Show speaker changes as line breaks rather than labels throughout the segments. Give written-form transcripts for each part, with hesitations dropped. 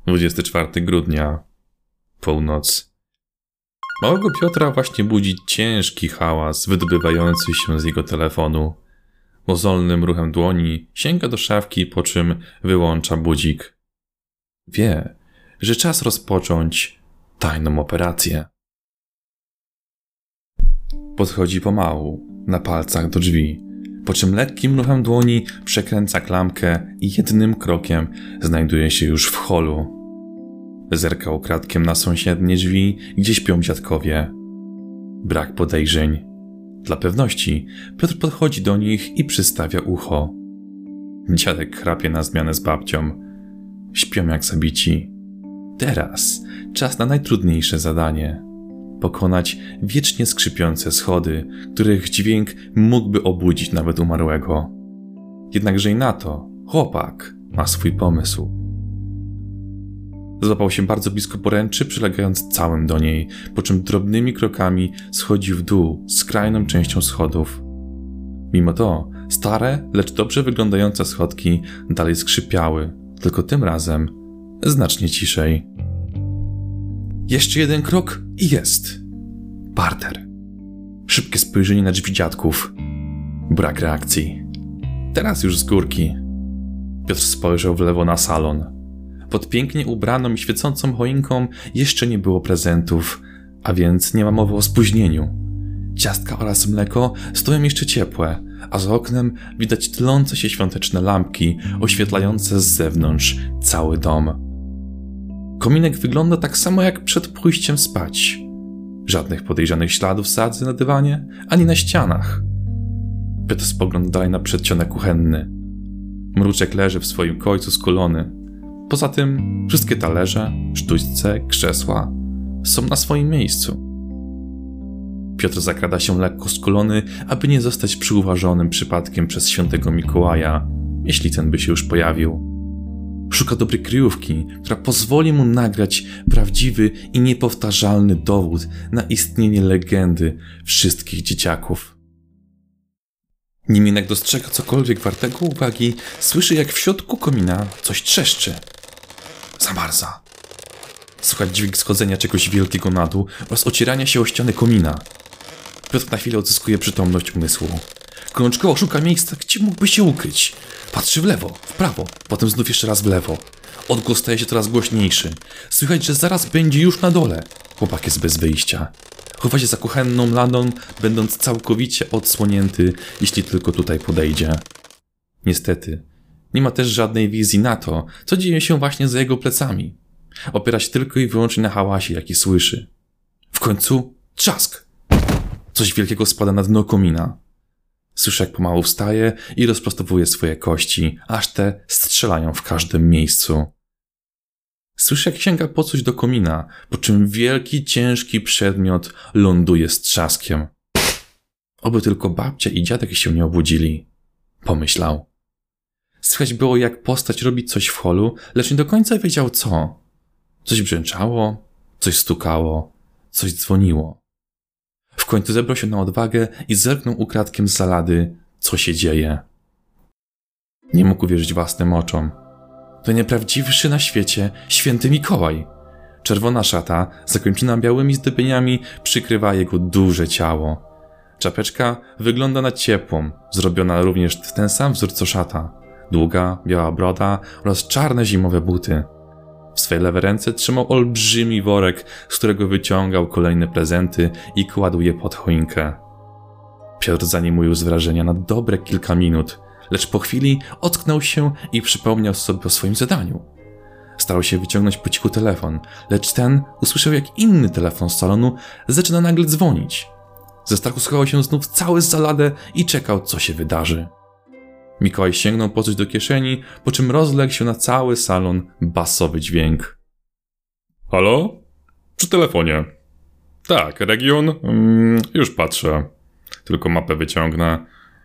24 grudnia, północ. Małego Piotra właśnie budzi ciężki hałas wydobywający się z jego telefonu. Mozolnym ruchem dłoni sięga do szafki, po czym wyłącza budzik. Wie, że czas rozpocząć tajną operację. Podchodzi pomału, na palcach do drzwi, po czym lekkim ruchem dłoni przekręca klamkę i jednym krokiem znajduje się już w holu. Zerka ukradkiem na sąsiednie drzwi, gdzie śpią dziadkowie. Brak podejrzeń. Dla pewności Piotr podchodzi do nich i przystawia ucho. Dziadek chrapie na zmianę z babcią. Śpią jak zabici. Teraz czas na najtrudniejsze zadanie. Pokonać wiecznie skrzypiące schody, których dźwięk mógłby obudzić nawet umarłego. Jednakże i na to chłopak ma swój pomysł. Złapał się bardzo blisko poręczy, przylegając całym do niej, po czym drobnymi krokami schodzi w dół skrajną częścią schodów. Mimo to stare, lecz dobrze wyglądające schodki dalej skrzypiały, tylko tym razem znacznie ciszej. Jeszcze jeden krok i jest. Parter. Szybkie spojrzenie na drzwi dziadków. Brak reakcji. Teraz już z górki. Piotr spojrzał w lewo na salon. Pod pięknie ubraną i świecącą choinką jeszcze nie było prezentów, a więc nie ma mowy o spóźnieniu. Ciastka oraz mleko stoją jeszcze ciepłe, a za oknem widać tlące się świąteczne lampki oświetlające z zewnątrz cały dom. Kominek wygląda tak samo jak przed pójściem spać. Żadnych podejrzanych śladów sadzy na dywanie, ani na ścianach. Piotr spogląda dalej na przedsionek kuchenny. Mruczek leży w swoim końcu skulony. Poza tym wszystkie talerze, sztućce, krzesła są na swoim miejscu. Piotr zakrada się lekko skulony, aby nie zostać przyuważonym przypadkiem przez świętego Mikołaja, jeśli ten by się już pojawił. Szuka dobrej kryjówki, która pozwoli mu nagrać prawdziwy i niepowtarzalny dowód na istnienie legendy wszystkich dzieciaków. Nim jednak dostrzega cokolwiek wartego uwagi, słyszy, jak w środku komina coś trzeszczy. Zamarza. Słychać dźwięk schodzenia czegoś wielkiego na dół oraz ocierania się o ścianę komina. Piotr na chwilę odzyskuje przytomność umysłu. Gorączkowo szuka miejsca, gdzie mógłby się ukryć. Patrzy w lewo, w prawo, potem znów jeszcze raz w lewo. Odgłos staje się coraz głośniejszy. Słychać, że zaraz będzie już na dole. Chłopak jest bez wyjścia. Chowa się za kuchenną ladą, będąc całkowicie odsłonięty, jeśli tylko tutaj podejdzie. Niestety, nie ma też żadnej wizji na to, co dzieje się właśnie za jego plecami. Opiera się tylko i wyłącznie na hałasie, jaki słyszy. W końcu trzask! Coś wielkiego spada na dno komina. Słyszy, jak pomału wstaje i rozprostowuje swoje kości, aż te strzelają w każdym miejscu. Słyszy, jak sięga po coś do komina, po czym wielki, ciężki przedmiot ląduje z trzaskiem. Oby tylko babcia i dziadek się nie obudzili, pomyślał. Słychać było, jak postać robi coś w holu, lecz nie do końca wiedział co. Coś brzęczało, coś stukało, coś dzwoniło. W końcu zebrał się na odwagę i zerknął ukradkiem z zalady, co się dzieje. Nie mógł uwierzyć własnym oczom. To najprawdziwszy na świecie święty Mikołaj. Czerwona szata, zakończona białymi zdobieniami, przykrywa jego duże ciało. Czapeczka wygląda na ciepłą, zrobiona również w ten sam wzór co szata. Długa, biała broda oraz czarne zimowe buty. W swej lewej ręce trzymał olbrzymi worek, z którego wyciągał kolejne prezenty i kładł je pod choinkę. Piotr zanimujął z wrażenia na dobre kilka minut, lecz po chwili ocknął się i przypomniał sobie o swoim zadaniu. Starał się wyciągnąć po cichu telefon, lecz ten usłyszał, jak inny telefon z salonu zaczyna nagle dzwonić. Ze strachu schował się znów cały z zaladę i czekał, co się wydarzy. Mikołaj sięgnął po coś do kieszeni, po czym rozległ się na cały salon basowy dźwięk. Halo? Przy telefonie. Tak, region? Już patrzę. Tylko mapę wyciągnę.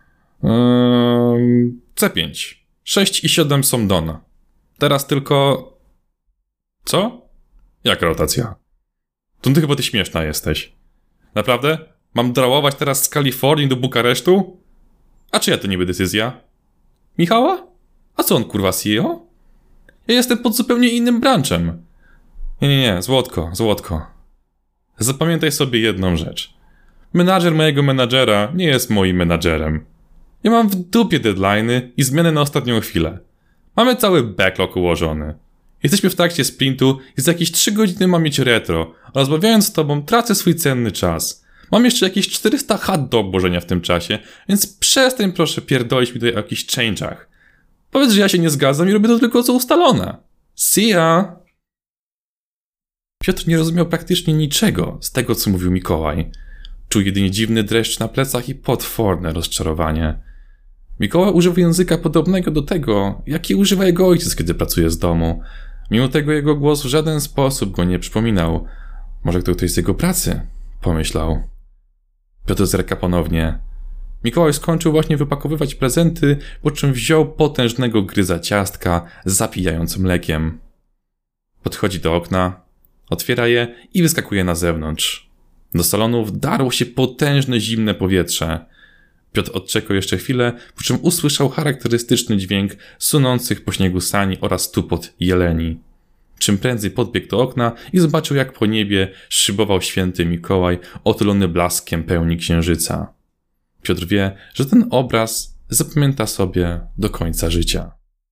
C5. 6 i 7 są Dona. Teraz tylko... Co? Jaka rotacja? To ty chyba śmieszna jesteś. Naprawdę? Mam drałować teraz z Kalifornii do Bukaresztu? A czyja to niby decyzja? Michała? A co on kurwa CEO? Ja jestem pod zupełnie innym branchem. Nie, Złotko. Zapamiętaj sobie jedną rzecz. Menadżer mojego menadżera nie jest moim menadżerem. Ja mam w dupie deadline'y i zmiany na ostatnią chwilę. Mamy cały backlog ułożony. Jesteśmy w trakcie sprintu i za jakieś 3 godziny mam mieć retro, a rozmawiając z tobą tracę swój cenny czas. Mam jeszcze jakieś 400 chat do obłożenia w tym czasie, więc przestań proszę pierdolić mi tutaj o jakichś change'ach. Powiedz, że ja się nie zgadzam i robię to tylko co ustalone. See ya! Piotr nie rozumiał praktycznie niczego z tego, co mówił Mikołaj. Czuł jedynie dziwny dreszcz na plecach i potworne rozczarowanie. Mikołaj używał języka podobnego do tego, jaki używa jego ojciec, kiedy pracuje z domu. Mimo tego jego głos w żaden sposób go nie przypominał. Może to ktoś z jego pracy? Pomyślał. Piotr zerka ponownie. Mikołaj skończył właśnie wypakowywać prezenty, po czym wziął potężnego gryza ciastka, zapijając mlekiem. Podchodzi do okna, otwiera je i wyskakuje na zewnątrz. Do salonu wdarło się potężne, zimne powietrze. Piotr odczekał jeszcze chwilę, po czym usłyszał charakterystyczny dźwięk sunących po śniegu sani oraz tupot jeleni. Czym prędzej podbiegł do okna i zobaczył, jak po niebie szybował święty Mikołaj, otulony blaskiem pełni księżyca. Piotr wie, że ten obraz zapamięta sobie do końca życia.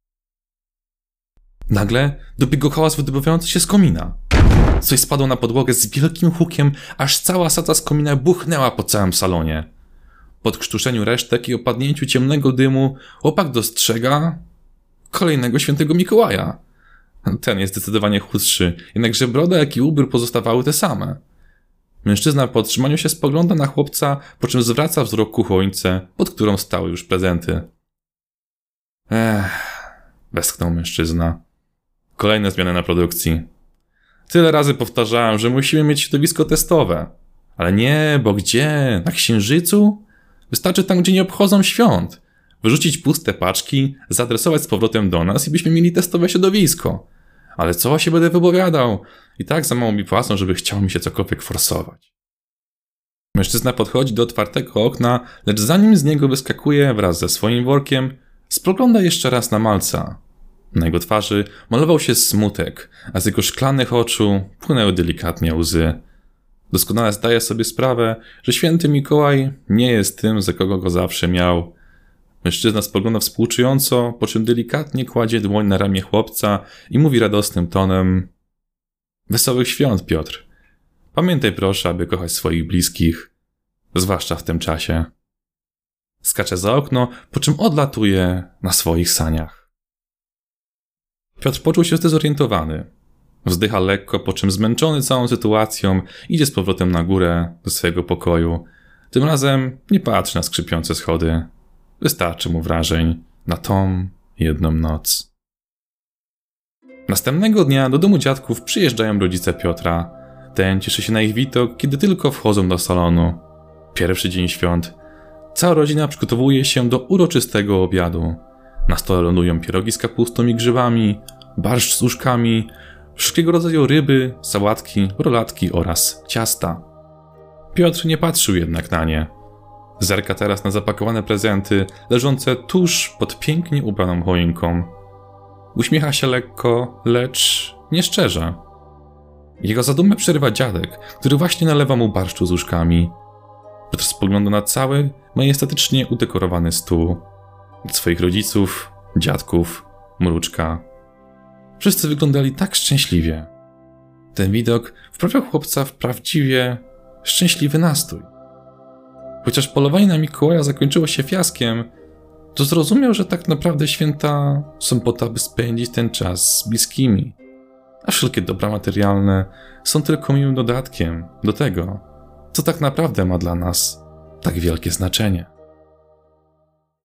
Nagle dobiegł hałas wydobywający się z komina. Coś spadło na podłogę z wielkim hukiem, aż cała sadza z komina buchnęła po całym salonie. Po odkrztuszeniu resztek i opadnięciu ciemnego dymu chłopak dostrzega kolejnego świętego Mikołaja. Ten jest zdecydowanie chudszy, jednakże broda jak i ubiór pozostawały te same. Mężczyzna po otrzymaniu się spogląda na chłopca, po czym zwraca wzrok ku choince, pod którą stały już prezenty. Westchnął mężczyzna. Kolejne zmiany na produkcji. Tyle razy powtarzałem, że musimy mieć środowisko testowe. Ale nie, bo gdzie? Na Księżycu? Wystarczy tam, gdzie nie obchodzą świąt. Wyrzucić puste paczki, zaadresować z powrotem do nas i byśmy mieli testowe środowisko. Ale co się będę wypowiadał? I tak za mało mi płacą, żeby chciał mi się cokolwiek forsować. Mężczyzna podchodzi do otwartego okna, lecz zanim z niego wyskakuje wraz ze swoim workiem, spogląda jeszcze raz na malca. Na jego twarzy malował się smutek, a z jego szklanych oczu płynęły delikatnie łzy. Doskonale zdaje sobie sprawę, że święty Mikołaj nie jest tym, za kogo go zawsze miał. Mężczyzna spogląda współczująco, po czym delikatnie kładzie dłoń na ramię chłopca i mówi radosnym tonem: Wesołych świąt, Piotr. Pamiętaj proszę, aby kochać swoich bliskich, zwłaszcza w tym czasie. Skacze za okno, po czym odlatuje na swoich saniach. Piotr poczuł się zdezorientowany. Wzdycha lekko, po czym zmęczony całą sytuacją idzie z powrotem na górę do swojego pokoju. Tym razem nie patrzy na skrzypiące schody. Wystarczy mu wrażeń na tą jedną noc. Następnego dnia do domu dziadków przyjeżdżają rodzice Piotra. Ten cieszy się na ich widok, kiedy tylko wchodzą do salonu. Pierwszy dzień świąt. Cała rodzina przygotowuje się do uroczystego obiadu. Na stole lądują pierogi z kapustą i grzybami, barszcz z uszkami, wszelkiego rodzaju ryby, sałatki, rolatki oraz ciasta. Piotr nie patrzył jednak na nie. Zerka teraz na zapakowane prezenty leżące tuż pod pięknie ubraną choinką. Uśmiecha się lekko, lecz nieszczerze. Jego zadumę przerywa dziadek, który właśnie nalewa mu barszczu z uszkami. Piotr spogląda na cały, majestatycznie udekorowany stół. Od swoich rodziców, dziadków, mruczka. Wszyscy wyglądali tak szczęśliwie. Ten widok wprawiał chłopca w prawdziwie szczęśliwy nastrój. Chociaż polowanie na Mikołaja zakończyło się fiaskiem, to zrozumiał, że tak naprawdę święta są po to, aby spędzić ten czas z bliskimi. A wszelkie dobra materialne są tylko miłym dodatkiem do tego, co tak naprawdę ma dla nas tak wielkie znaczenie.